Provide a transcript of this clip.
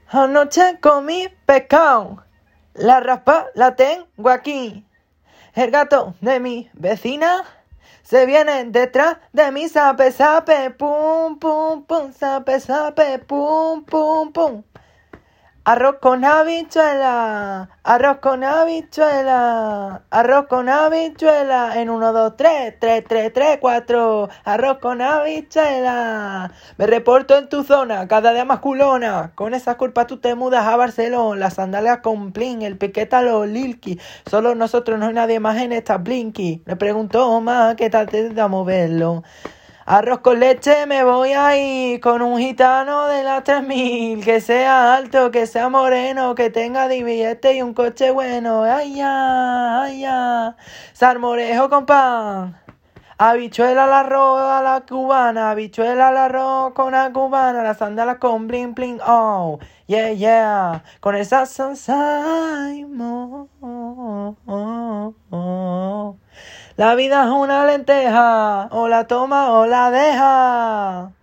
Anoche comí pescado, la raspa la tengo aquí. El gato de mi vecina se viene detrás de mí, sape, sape, pum, pum, pum, sape, sape, pum, pum, pum. Arroz con habichuela, arroz con habichuela, arroz con habichuela, en 1, 2, 3, 3, 3, 3, 4, arroz con habichuela. Me reporto en tu zona, cada día más culona, con esas culpas tú te mudas a Barcelona, las sandalias con plin, el piquete a los Lilky, solo nosotros, no hay nadie más en esta blinky. Le pregunto más, ¿qué tal te da moverlo? Arroz con leche me voy a ir con un gitano de las 3000, que sea alto, que sea moreno, que tenga billete y un coche bueno. Ay ya, ay ya. Salmorejo con pan. Habichuela al arroz a la cubana, habichuela al arroz con la cubana, las sandalas con bling bling, oh, yeah, yeah, con esa salsa, la vida es una lenteja, o la toma o la deja.